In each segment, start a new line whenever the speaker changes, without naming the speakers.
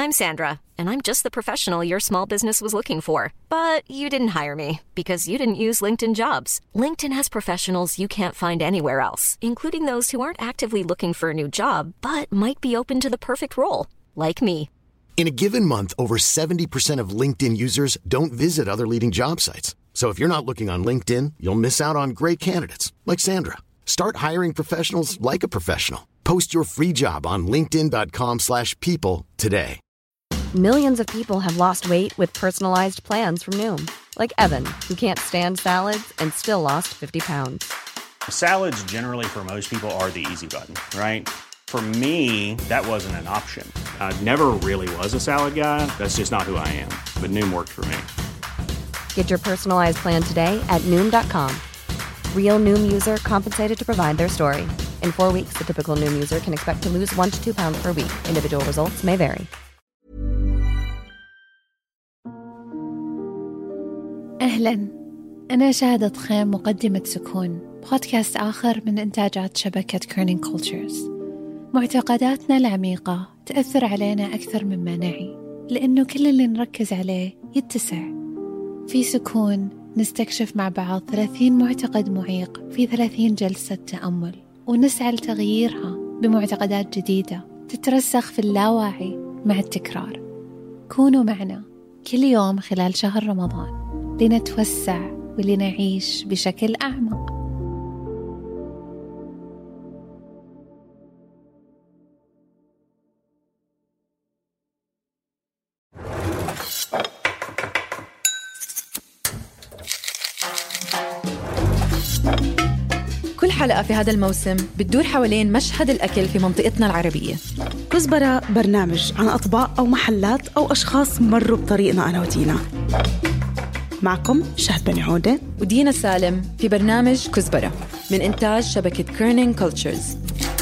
I'm Sandra, and I'm just the professional your small business was looking for. But you didn't hire me because you didn't use LinkedIn Jobs. LinkedIn has professionals you can't find anywhere else, including those who aren't actively looking for a new job, but might be open to the perfect role, like me.
In a given month, over 70% of LinkedIn users don't visit other leading job sites. So if you're not looking on LinkedIn, you'll miss out on great candidates like Sandra. Start hiring professionals like a professional. Post your free job on linkedin.com/people today.
Millions of people have lost weight with personalized plans from Noom. Like Evan, who can't stand salads and still lost 50 pounds.
Salads generally for most people are the easy button, right? For me, that wasn't an option. I never really was a salad guy. That's just not who I am. But Noom worked for me.
Get your personalized plan today at Noom.com. Real Noom user compensated to provide their story. In 4 weeks, the typical Noom user can expect to lose 1 to 2 pounds per week. Individual results may vary.
أهلاً، أنا شاهدة خيم مقدمة سكون، بودكاست آخر من إنتاجات شبكة كيرنينج كولتشرز. معتقداتنا العميقة تأثر علينا أكثر مما نعي، لأنه كل اللي نركز عليه يتسع. في سكون نستكشف مع بعض 30 معتقد معيق في 30 جلسة تأمل، ونسعى لتغييرها بمعتقدات جديدة تترسخ في اللاواعي مع التكرار. كونوا معنا كل يوم خلال شهر رمضان لنتوسع ولنعيش بشكل أعمق.
كل حلقة في هذا الموسم بتدور حوالين مشهد الأكل في منطقتنا العربية.
كزبرة برنامج عن أطباق أو محلات أو أشخاص مروا بطريقنا أنا ودينا. معكم شهد بن عودة
ودينا سالم في برنامج كزبرة من إنتاج شبكة كيرنينج كولتشرز.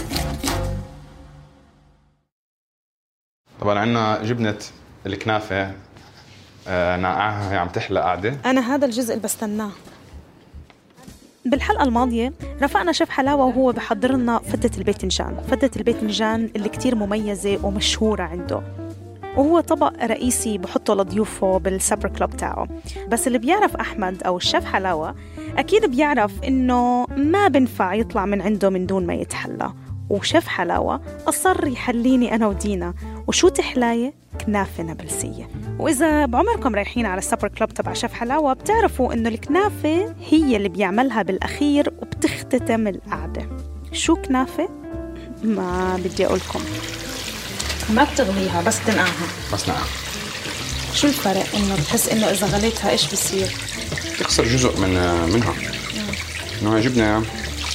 طبعا عنا جبنة الكنافة نقعها هي عم تحلى قاعدة.
أنا هذا الجزء اللي بستناه. بالحلقة الماضية رفقنا شيف حلاوة وهو بحضر لنا فتة الباذنجان. فتة الباذنجان اللي كتير مميزة ومشهورة عنده، وهو طبق رئيسي بحطه لضيوفه بالسبر كلوب تاعه. بس اللي بيعرف أحمد أو الشيف حلاوة أكيد بيعرف إنه ما بنفع يطلع من عنده من دون ما يتحلى، وشيف حلاوة أصر يحليني أنا ودينا. وشو تحلاية؟ كنافة نابلسية. وإذا بعمركم رايحين على السبر كلوب تبع شيف حلاوة بتعرفوا إنه الكنافة هي اللي بيعملها بالأخير وبتختتم القعدة. شو كنافة؟ ما بدي أقولكم. ما بتغليها بس تنقعها.
بس نقعها.
شو الفرق؟ إنه بتحس إنه إذا غليتها إيش بصير؟
تخسر جزء منها. إنه جبنة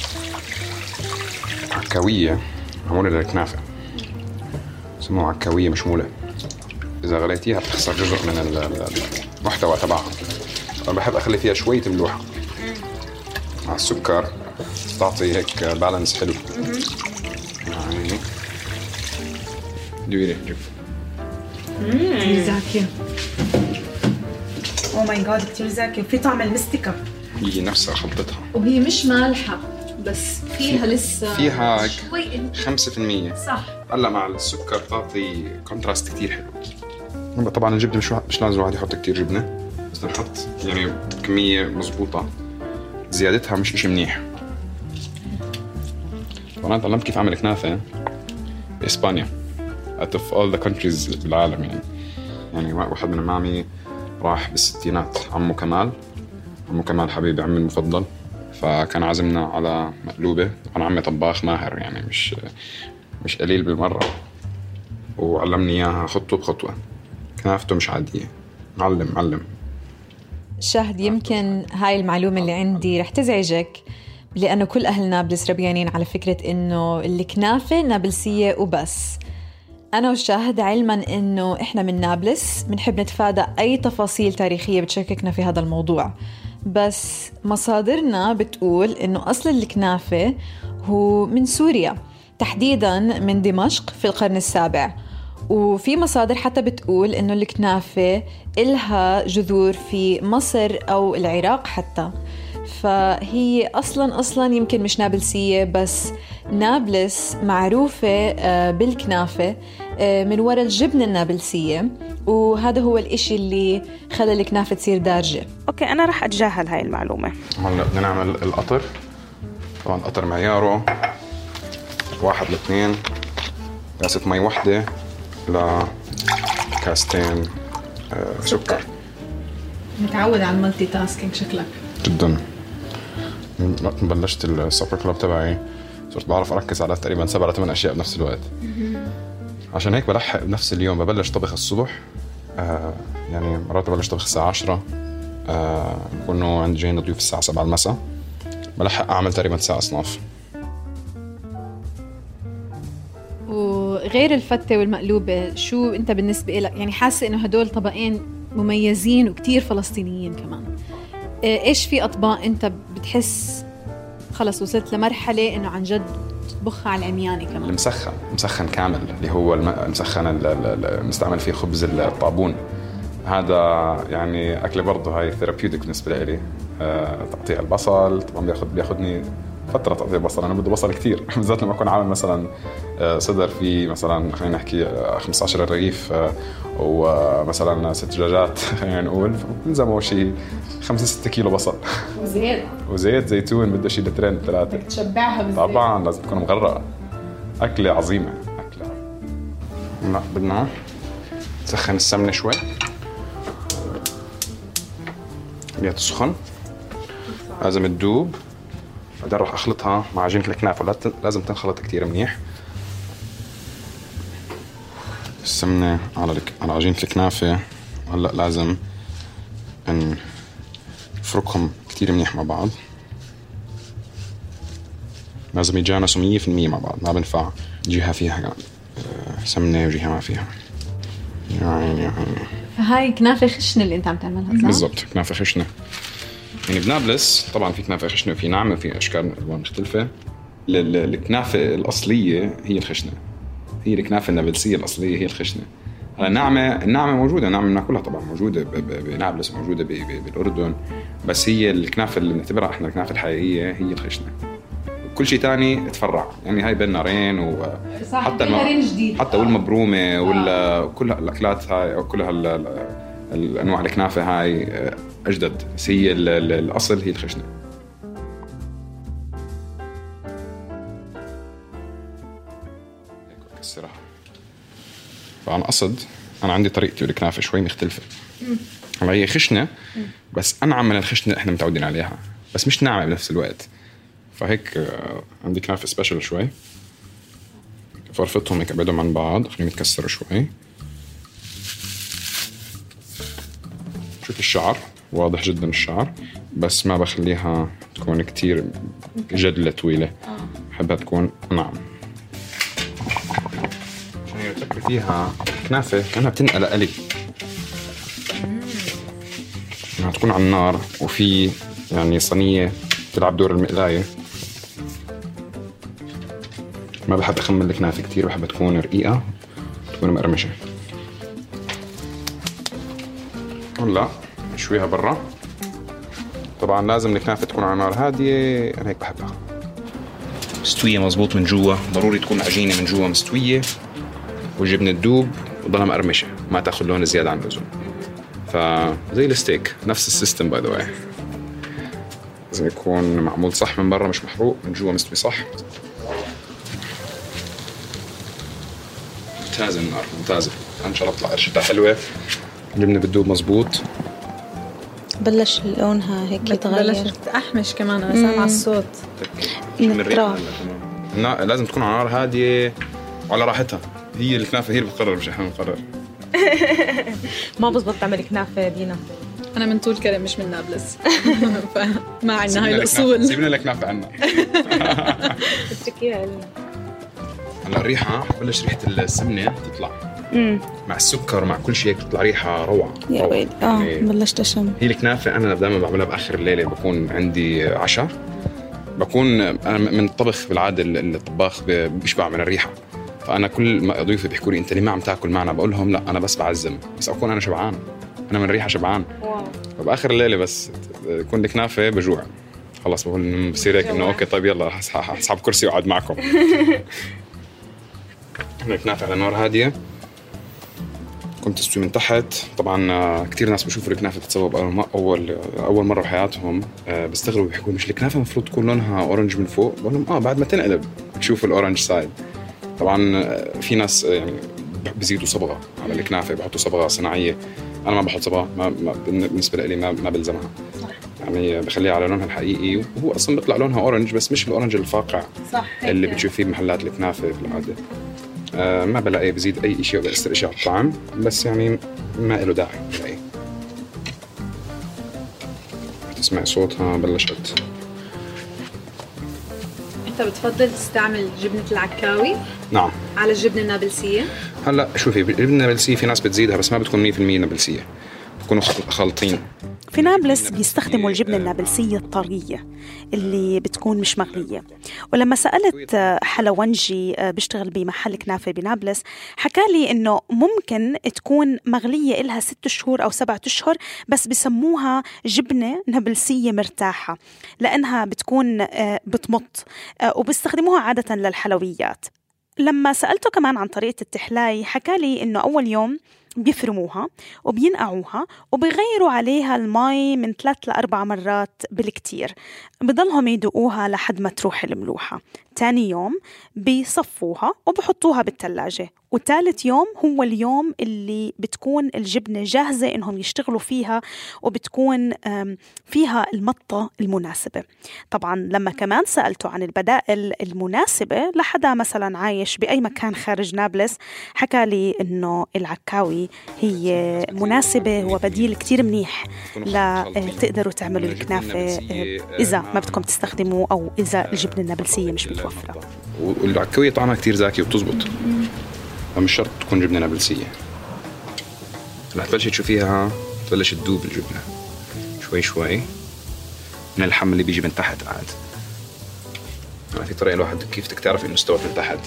عكاوية معمولة للكنافة، سموها عكاوية مشمولة. إذا غليتيها بتخسر جزء من المحتوى تبعها. أنا بحب أخلي فيها شوية ملوحة مع السكر، تعطي هيك بالانس حلو. يعني دويري جف.
كتير زاكية. أوه ماي جاد كتير زاكية، وفي طعم المستكة.
هي نفسها خلطتها،
وهي مش مالحة بس فيها لسه
فيها
شوي
5%.
صح.
هلا مع السكر تعطي كونتراست كتير حلو. طبعا الجبنة مش لازم الواحد يحط كتير جبنة، بس نحط يعني كمية مزبوطة، زيادتها مش منيح. وانا تعلمت كيف اعمل كنافة بإسبانيا out of all the countries بالعالم. يعني واحد من عمامي راح بالستينات، عمو كمال حبيبي عمي المفضل، فكان عازمنا على مقلوبة. أنا عمي طباخ ماهر، يعني مش قليل بالمرة، وعلمني إياها خطوة بخطوة. كنافته مش عادية. معلم.
شهد، يمكن هاي المعلومة اللي عندي رح تزعجك، لأنه كل أهل نابلس ربيانين على فكرة إنه الكنافة نابلسية وبس. أنا وشاهد علماً إنه إحنا من نابلس بنحب نتفادى أي تفاصيل تاريخية بتشككنا في هذا الموضوع، بس مصادرنا بتقول إنه أصل الكنافة هو من سوريا، تحديداً من دمشق في القرن السابع. وفي مصادر حتى بتقول إنه الكنافة إلها جذور في مصر أو العراق حتى. فهي أصلاً يمكن مش نابلسية، بس نابلس معروفة بالكنافة من وراء الجبنة النابلسية، وهذا هو الإشي اللي خلى الكنافة تصير دارجة.
أوكي، أنا رح أتجاهل هاي المعلومة.
هلا بدنا نعمل القطر. طبعا القطر معياره 1 ل2 كاسة مي واحدة لكاستين سكر.
متعود على المالتي تاسكينج شكلك.
جدا. بلشت السوبر كلوب تبعي صرت بعرف أركز على تقريبا 7 ل 8 أشياء بنفس الوقت. عشان هيك بلحق بنفس اليوم. ببلش طبخ الصبح، يعني مرات ببلش طبخ الساعة 10، كونوا عندي جايين ضيوف الساعة 7 المساء، بلحق أعمل تقريبا 9 أصناف.
وغير الفتة والمقلوبة، شو أنت بالنسبة لك يعني حاسة إنه هدول طبقين مميزين وكتير فلسطينيين كمان؟ إيش في أطباق أنت بتحس خلص وصلت لمرحلة إنه عن جد تطبخها على العمياني كمان؟ المسخن كامل، اللي هو المسخن المستعمل فيه خبز الطابون. هذا يعني أكل برضه هاي ثيرابيوتيك بالنسبة لي. تقطيع البصل طبعا بياخدني فترة تقطيع بصل. أنا بدي بصل كتير بالذات لما أكون عامل مثلا صدر فيه مثلا خلينا نحكي 15 رغيف ومثلا 6 دجاجات خلينا نقول، بنلزمه شيء 5-6 كيلو بصل وزيت زيتون بده شيء 2-3 تشبعها بالزيت.
طبعا لازم تكون مغرقة. أكلة عظيمة أكلة. لا بدنا نسخن السمنة شوي، بدها تسخن، لازم تدوب. بعدين راح أخلطها مع عجينة الكنافة، لازم تنخلط كتير منيح. السمنة على عجينة الكنافة. هلأ لازم نفركهم كتير منيح مع بعض، لازم يتجانسوا 100% مع بعض. ما بنفع جهة فيها سمنة وجهة ما فيها. يعني
فهاي كنافة خشنة اللي أنت عم تعملها، صح؟
بالضبط، كنافة خشنة. يعني بنابلس طبعا في كنافة خشنة وفي ناعمة وفي أشكال ألوان مختلفة. الكنافة الأصلية هي الخشنة، هي الكنافة النابلسية الأصلية هي الخشنة. الناعمة موجودة، الناعمة بناكلها طبعا، موجودة بنابلس، موجودة بالأردن، بس هي الكنافة اللي بنعتبرها احنا الكنافة الحقيقية هي الخشنة. كل شيء تاني تفرع، يعني هاي بين نارين، حتى والمبرومة ولا كل الأكلات هاي أو كل الأنواع الكنافة هاي أجدد، بس هي الأصل هي الخشنة. الصراحة فعن قصد أنا عندي طريقتي بالكنافة شوي مختلفة. هي خشنة بس أنعم من الخشنة إحنا متعودين عليها، بس مش ناعمة بنفس الوقت. فهيك عندي كنافة سبيشال شوي، فرفتهم هيك أبعدهم عن بعض، خليهم يتكسروا شوي. شوف الشعر واضح جدا الشعر، بس ما بخليها تكون كتير جدلة طويلة، بحبها تكون ناعم عشان يترك فيها كنافة كأنها بتنقل قلي. انها تكون على النار وفي يعني صينية تلعب دور المقلاية. ما بحب أخمل الكنافة كتير، بحب تكون رقيقة تكون مقرمشة. هلا نشويها برا. طبعا لازم الكنافة تكون على نار هادية، أنا هيك بحبها مستوية مزبوط من جوا. ضروري تكون عجينة من جوا مستوية والجبنة تدوب وضلها مقرمشة، ما تاخذ لون زيادة عن اللزوم. فزي الستيك نفس السيستم باي ذا واي، لازم يكون معمول صح من برا مش محروق، من جوا مستوي صح. ممتازة النار، ممتازة إن شاء الله تطلع قرشتها حلوة. الجبنة بتدوب مزبوط.
بلش لونها هيك يتغير،
بلشت أحمش كمان. أنا سامعة الصوت
من الريحة. لازم تكون على نار هادية وعلى راحتها. هي الكنافة هي اللي بتقرر مش إحنا بنقرر.
ما بزبط تعمل كنافة دينا.
أنا من طول كلام مش من نابلس فما عنا هاي الأصول.
سيبنا لك كنافة عنا.
بتركيها لنا.
هلا الريحة بلش ريحة السمنة تطلع مع السكر مع كل شيء، تطلع ريحة روعة.
يا ويلي بلشت أشم.
هي الكنافة أنا دائما بعملها بآخر الليلة، بكون عندي عشاء، بكون أنا من الطبخ بالعادة الطباخ بيشبع من الريحة. فأنا كل ما ضيوفي بيحكوا لي أنت ليه ما عم تاكل معنا، بقول لهم لا أنا بس بعزم، بس أكون أنا شبعان، أنا من الريحة شبعان. فبآخر الليلة بس يكون الكنافة بجوع. خلاص بقول بصير هيك إنه أوكي طيب يلا أسحب كرسي وأقعد معكم. الكنافة على نار هادية. كنت أستوي من تحت. طبعا كتير ناس بشوفوا الكنافة تتسوى أول مرة بحياتهم، بيستغربوا بيحكوا مش الكنافة مفروض تكون لونها أورنج من فوق؟ بقول لهم بعد ما تنقلب بتشوفوا الأورنج سايد. طبعا في ناس يعني بيزيدوا صبغة على الكنافة، بيحطوا صبغة صناعية. أنا ما بحط صبغة، ما بالنسبة لي ما بلزمها، يعني بخليها على لونها الحقيقي، وهو أصلا بيطلع لونها أورنج بس مش الأورنج الفاقع اللي بتشوفيه بمحلات الكنافة في العادة. ما بلاقي بزيد أي شيء وبأثر شيء على الطعم، بس يعني ما له داعي بلاقي. تسمع صوتها بلشت.
أنت بتفضل تستعمل جبنة العكاوي؟
نعم.
على الجبنة النابلسية؟
هلا شوفي، الجبنة النابلسية في ناس بتزيدها بس ما بتكون 100% نابلسية، بتكونوا خالطين.
في نابلس بيستخدموا الجبنة النابلسية الطرية اللي بتكون مش مغلية. ولما سألت حلوانجي بيشتغل بمحل كنافة بنابلس، حكالي إنه ممكن تكون مغلية إلها 6 شهور أو 7 أشهر، بس بسموها جبنة نابلسية مرتاحة لأنها بتكون بتمط، وبيستخدموها عادة للحلويات. لما سألته كمان عن طريقة التحلاي، حكالي إنه أول يوم بيفرموها وبينقعوها وبيغيروا عليها الماء من 3 ل4 مرات بالكتير، بضلهم يدقوها لحد ما تروح الملوحة. تاني يوم بيصفوها وبحطوها بالثلاجة، وثالث يوم هو اليوم اللي بتكون الجبنة جاهزة إنهم يشتغلوا فيها، وبتكون فيها المطة المناسبة. طبعا لما كمان سألته عن البدائل المناسبة لحدا مثلا عايش بأي مكان خارج نابلس، حكى لي إنه العكاوي هي مناسبة وبديل كتير منيح لتقدروا تعملوا الكنافة إذا ما بدكم تستخدموا أو إذا الجبنة النابلسية مش متوفرة.
والعكاوية طعمها كتير زاكي وبتزبط، فمش شرط تكون جبنة نابلسية. رح تبلشي تشوفيها تبلش تدوب الجبنة شوي شوي من اللحم اللي بيجي من تحت. قاعد في طريقة الواحد كيف تعرف إنه استوت من تحت.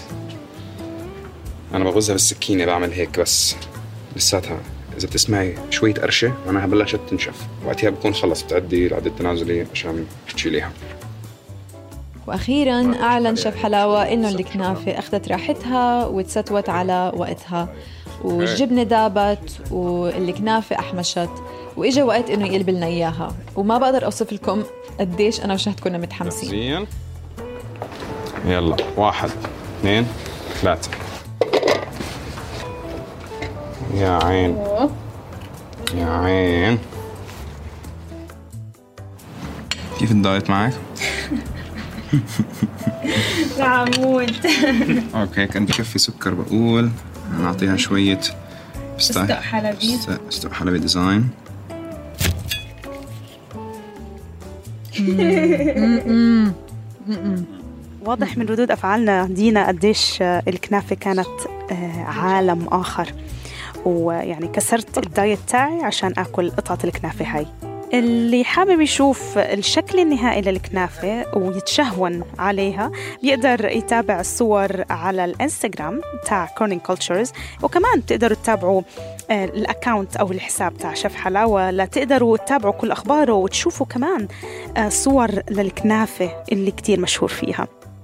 أنا بغزها بالسكينة، بعمل هيك بس لساتها إذا بتسمعي شوية قرشة معناها بلشت تنشف، وقتها بكون خلص بتعدي العد التنازلي عشان تشيليها.
وأخيراً أعلن شيف حلاوة إنه الكنافة أخذت راحتها وتستوت على وقتها، والجبنة دابت والكنافة أحمشت، وإجا وقت إنه يقلب لنا إياها. وما بقدر أوصف لكم قديش أنا وشهد كنا متحمسين.
يلا 1 2 3. يا عين يا عين. كيف الدايت معك؟
عمود.
اوكي، كان بكفي سكر. بقول نعطيها شوية
استق
حلبي ديزاين.
واضح من ردود أفعالنا دينا قديش الكنافة كانت عالم آخر، ويعني كسرت الدايت تاعي عشان أكل قطعة الكنافة هاي. اللي حابب يشوف الشكل النهائي للكنافة ويتشهون عليها بيقدر يتابع الصور على الانستغرام تاع كورنينج كولتشرز، وكمان تقدروا تتابعوا الأكاونت أو الحساب تاع شيف حلاوة لتقدروا تتابعوا كل أخباره وتشوفوا كمان صور للكنافة اللي كتير مشهور فيها.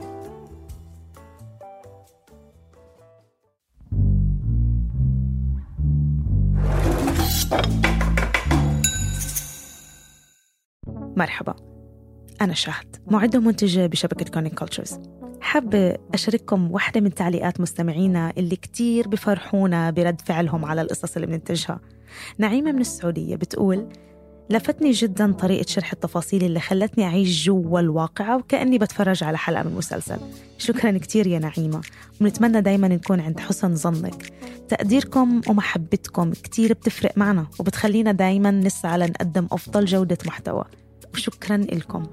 مرحبا، أنا شهد، معدة ومنتجة بشبكة كورنينج كولتشرز. حابة أشارككم واحدة من تعليقات مستمعينا اللي كتير بفرحونا برد فعلهم على القصص اللي بننتجها. نعيمة من السعودية بتقول: لفتني جدا طريقة شرح التفاصيل اللي خلتني أعيش جوا الواقعة وكأني بتفرج على حلقة من مسلسل. شكرا كتير يا نعيمة، ونتمنى دايما نكون عند حسن ظنك. تقديركم ومحبتكم كتير بتفرق معنا وبتخلينا دايما نسعى لنقدم أفضل جودة محتوى، وشكرا لكم.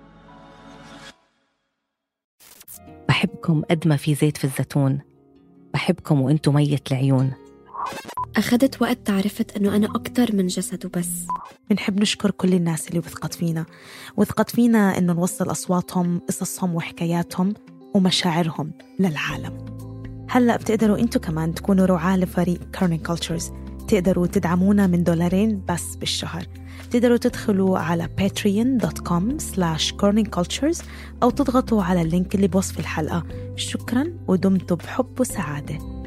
بحبكم قد ما في زيت في الزيتون، بحبكم وانتم مية العيون.
أخذت وقت تعرفت أنه أنا أكتر من جسد وبس.
بنحب نشكر كل الناس اللي وثقت فينا إنه نوصل أصواتهم، قصصهم وحكاياتهم ومشاعرهم للعالم. هلأ بتقدروا أنتوا كمان تكونوا رعاة لفريق كورنينج كولتشرز. تقدروا تدعمونا من $2 بس بالشهر. تقدروا تدخلوا على patreon.com/corningcultures أو تضغطوا على اللينك اللي بوصف الحلقة. شكرا ودمتم بحب وسعادة.